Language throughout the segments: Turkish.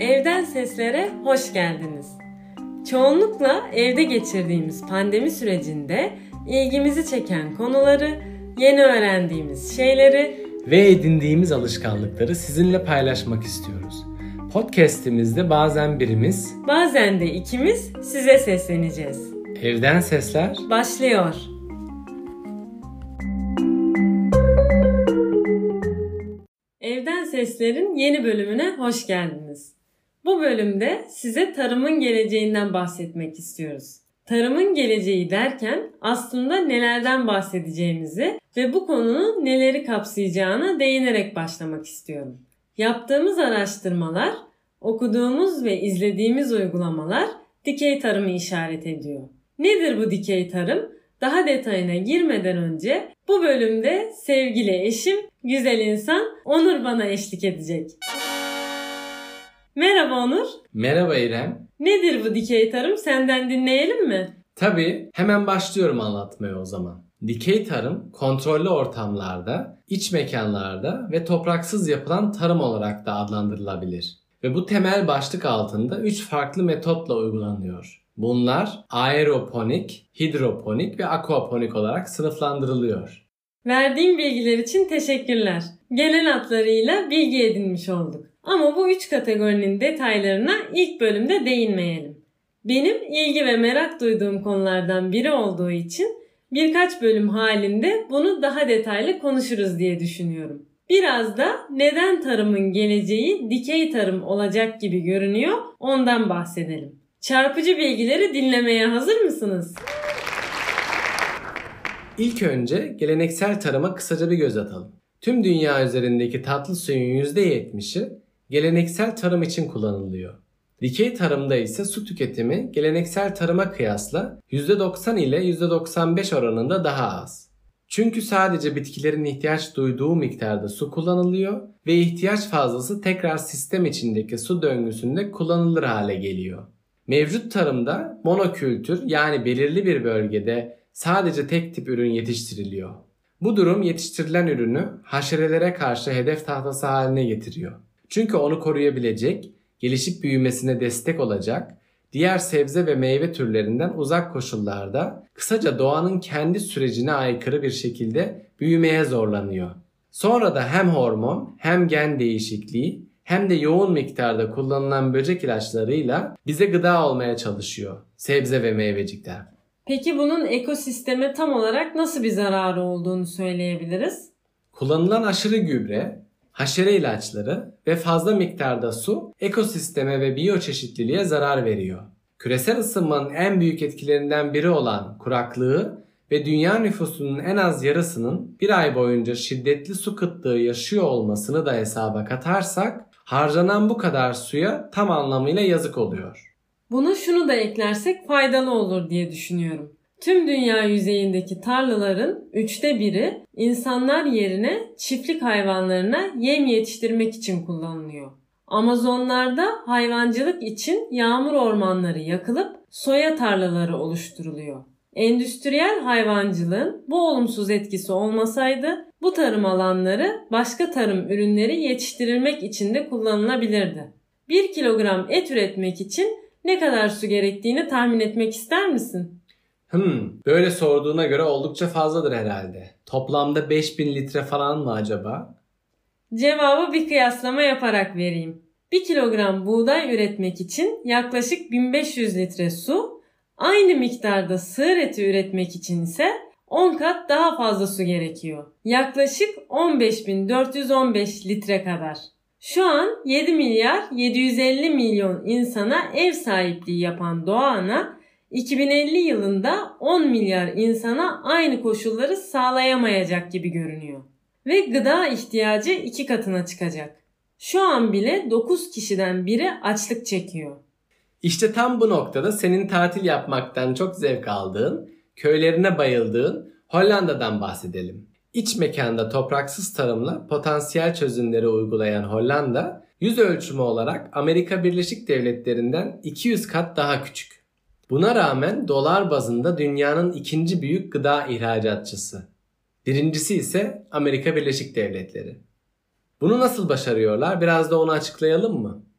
Evden seslere hoş geldiniz. Çoğunlukla evde geçirdiğimiz pandemi sürecinde ilgimizi çeken konuları, yeni öğrendiğimiz şeyleri ve edindiğimiz alışkanlıkları sizinle paylaşmak istiyoruz. Podcast'imizde bazen birimiz, bazen de ikimiz size sesleneceğiz. Evden Sesler başlıyor. Evden Sesler'in yeni bölümüne hoş geldiniz. Bu bölümde size tarımın geleceğinden bahsetmek istiyoruz. Tarımın geleceği derken aslında nelerden bahsedeceğimizi ve bu konunun neleri kapsayacağına değinerek başlamak istiyorum. Yaptığımız araştırmalar, okuduğumuz ve izlediğimiz uygulamalar dikey tarımı işaret ediyor. Nedir bu dikey tarım? Daha detayına girmeden önce bu bölümde sevgili eşim, güzel insan Onur bana eşlik edecek. Merhaba Onur. Merhaba İrem. Nedir bu dikey tarım? Senden dinleyelim mi? Tabii, hemen başlıyorum anlatmaya o zaman. Dikey tarım, kontrollü ortamlarda, iç mekanlarda ve topraksız yapılan tarım olarak da adlandırılabilir. Ve bu temel başlık altında 3 farklı metotla uygulanıyor. Bunlar aeroponik, hidroponik ve aquaponik olarak sınıflandırılıyor. Verdiğin bilgiler için teşekkürler. Genel hatlarıyla bilgi edinmiş olduk. Ama bu 3 kategorinin detaylarına ilk bölümde değinmeyelim. Benim ilgi ve merak duyduğum konulardan biri olduğu için birkaç bölüm halinde bunu daha detaylı konuşuruz diye düşünüyorum. Biraz da neden tarımın geleceği dikey tarım olacak gibi görünüyor ondan bahsedelim. Çarpıcı bilgileri dinlemeye hazır mısınız? İlk önce geleneksel tarıma kısaca bir göz atalım. Tüm dünya üzerindeki tatlı suyun %70'i geleneksel tarım için kullanılıyor. Dikey tarımda ise su tüketimi geleneksel tarıma kıyasla %90 ile %95 oranında daha az. Çünkü sadece bitkilerin ihtiyaç duyduğu miktarda su kullanılıyor ve ihtiyaç fazlası tekrar sistem içindeki su döngüsünde kullanılır hale geliyor. Mevcut tarımda monokültür, yani belirli bir bölgede sadece tek tip ürün yetiştiriliyor. Bu durum yetiştirilen ürünü haşerelere karşı hedef tahtası haline getiriyor. Çünkü onu koruyabilecek, gelişip büyümesine destek olacak diğer sebze ve meyve türlerinden uzak koşullarda, kısaca doğanın kendi sürecine aykırı bir şekilde büyümeye zorlanıyor. Sonra da hem hormon hem gen değişikliği hem de yoğun miktarda kullanılan böcek ilaçlarıyla bize gıda olmaya çalışıyor sebze ve meyvecikler. Peki bunun ekosisteme tam olarak nasıl bir zararı olduğunu söyleyebiliriz? Kullanılan aşırı gübre, haşere ilaçları ve fazla miktarda su ekosisteme ve biyoçeşitliliğe zarar veriyor. Küresel ısınmanın en büyük etkilerinden biri olan kuraklığı ve dünya nüfusunun en az yarısının bir ay boyunca şiddetli su kıtlığı yaşıyor olmasını da hesaba katarsak, harcanan bu kadar suya tam anlamıyla yazık oluyor. Buna şunu da eklersek faydalı olur diye düşünüyorum. Tüm dünya yüzeyindeki tarlaların 1/3 insanlar yerine çiftlik hayvanlarına yem yetiştirmek için kullanılıyor. Amazonlarda hayvancılık için yağmur ormanları yakılıp soya tarlaları oluşturuluyor. Endüstriyel hayvancılığın bu olumsuz etkisi olmasaydı bu tarım alanları başka tarım ürünleri yetiştirilmek için de kullanılabilirdi. 1 kilogram et üretmek için ne kadar su gerektiğini tahmin etmek ister misin? Böyle sorduğuna göre oldukça fazladır herhalde. Toplamda 5000 litre falan mı acaba? Cevabı bir kıyaslama yaparak vereyim. 1 kilogram buğday üretmek için yaklaşık 1500 litre su, aynı miktarda sığır eti üretmek için ise 10 kat daha fazla su gerekiyor. Yaklaşık 15.415 litre kadar. Şu an 7 milyar 750 milyon insana ev sahipliği yapan Doğa Ana, 2050 yılında 10 milyar insana aynı koşulları sağlayamayacak gibi görünüyor. Ve gıda ihtiyacı 2 katına çıkacak. Şu an bile 9 kişiden biri açlık çekiyor. İşte tam bu noktada senin tatil yapmaktan çok zevk aldığın, köylerine bayıldığın Hollanda'dan bahsedelim. İç mekanda topraksız tarımla potansiyel çözümleri uygulayan Hollanda, yüz ölçümü olarak Amerika Birleşik Devletleri'nden 200 kat daha küçük. Buna rağmen dolar bazında dünyanın ikinci büyük gıda ihracatçısı. Birincisi ise Amerika Birleşik Devletleri. Bunu nasıl başarıyorlar? Biraz da onu açıklayalım mı?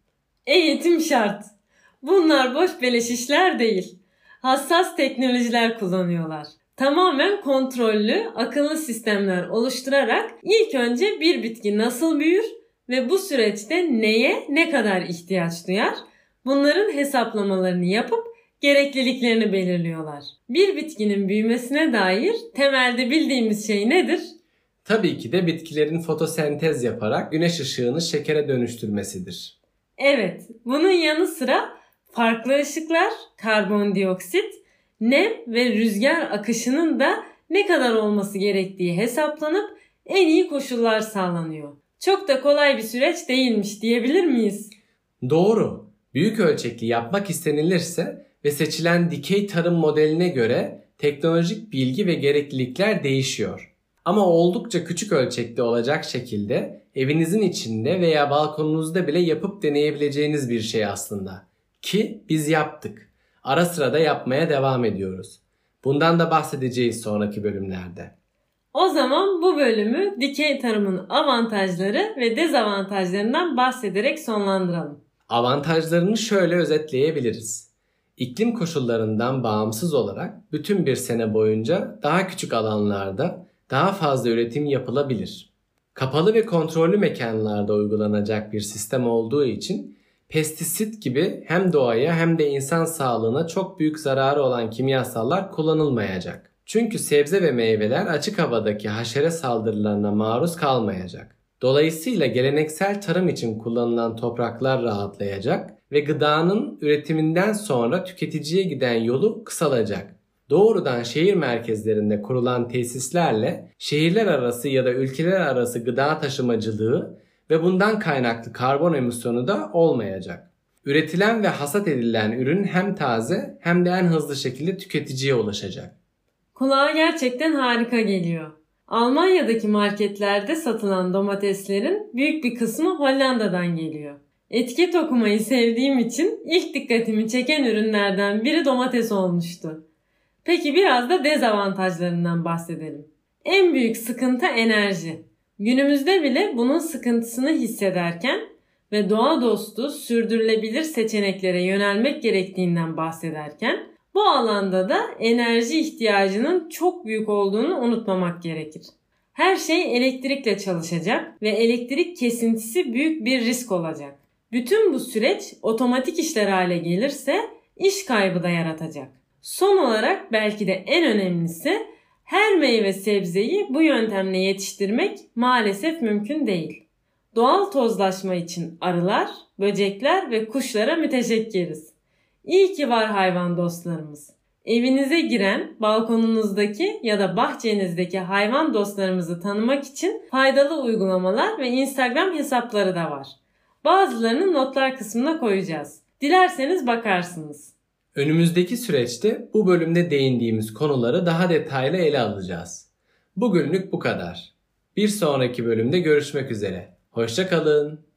Eğitim şart. Bunlar boş beleş işler değil. Hassas teknolojiler kullanıyorlar. Tamamen kontrollü, akıllı sistemler oluşturarak ilk önce bir bitki nasıl büyür ve bu süreçte neye ne kadar ihtiyaç duyar, bunların hesaplamalarını yapıp gerekliliklerini belirliyorlar. Bir bitkinin büyümesine dair temelde bildiğimiz şey nedir? Tabii ki de bitkilerin fotosentez yaparak güneş ışığını şekere dönüştürmesidir. Evet, bunun yanı sıra farklı ışıklar, karbondioksit, nem ve rüzgar akışının da ne kadar olması gerektiği hesaplanıp en iyi koşullar sağlanıyor. Çok da kolay bir süreç değilmiş diyebilir miyiz? Doğru. Büyük ölçekli yapmak istenilirse ve seçilen dikey tarım modeline göre teknolojik bilgi ve gereklilikler değişiyor. Ama oldukça küçük ölçekli olacak şekilde evinizin içinde veya balkonunuzda bile yapıp deneyebileceğiniz bir şey aslında. Ki biz yaptık. Ara sıra da yapmaya devam ediyoruz. Bundan da bahsedeceğiz sonraki bölümlerde. O zaman bu bölümü dikey tarımın avantajları ve dezavantajlarından bahsederek sonlandıralım. Avantajlarını şöyle özetleyebiliriz. İklim koşullarından bağımsız olarak bütün bir sene boyunca daha küçük alanlarda daha fazla üretim yapılabilir. Kapalı ve kontrollü mekanlarda uygulanacak bir sistem olduğu için pestisit gibi hem doğaya hem de insan sağlığına çok büyük zararı olan kimyasallar kullanılmayacak. Çünkü sebze ve meyveler açık havadaki haşere saldırılarına maruz kalmayacak. Dolayısıyla geleneksel tarım için kullanılan topraklar rahatlayacak ve gıdanın üretiminden sonra tüketiciye giden yolu kısalacak. Doğrudan şehir merkezlerinde kurulan tesislerle şehirler arası ya da ülkeler arası gıda taşımacılığı ve bundan kaynaklı karbon emisyonu da olmayacak. Üretilen ve hasat edilen ürün hem taze hem de en hızlı şekilde tüketiciye ulaşacak. Kulağa gerçekten harika geliyor. Almanya'daki marketlerde satılan domateslerin büyük bir kısmı Hollanda'dan geliyor. Etiket okumayı sevdiğim için ilk dikkatimi çeken ürünlerden biri domates olmuştu. Peki biraz da dezavantajlarından bahsedelim. En büyük sıkıntı enerji. Günümüzde bile bunun sıkıntısını hissederken ve doğa dostu sürdürülebilir seçeneklere yönelmek gerektiğinden bahsederken bu alanda da enerji ihtiyacının çok büyük olduğunu unutmamak gerekir. Her şey elektrikle çalışacak ve elektrik kesintisi büyük bir risk olacak. Bütün bu süreç otomatik işler hale gelirse iş kaybı da yaratacak. Son olarak belki de en önemlisi her meyve sebzeyi bu yöntemle yetiştirmek maalesef mümkün değil. Doğal tozlaşma için arılar, böcekler ve kuşlara müteşekkiriz. İyi ki var hayvan dostlarımız. Evinize giren, balkonunuzdaki ya da bahçenizdeki hayvan dostlarımızı tanımak için faydalı uygulamalar ve Instagram hesapları da var. Bazılarını notlar kısmına koyacağız. Dilerseniz bakarsınız. Önümüzdeki süreçte bu bölümde değindiğimiz konuları daha detaylı ele alacağız. Bugünlük bu kadar. Bir sonraki bölümde görüşmek üzere. Hoşça kalın.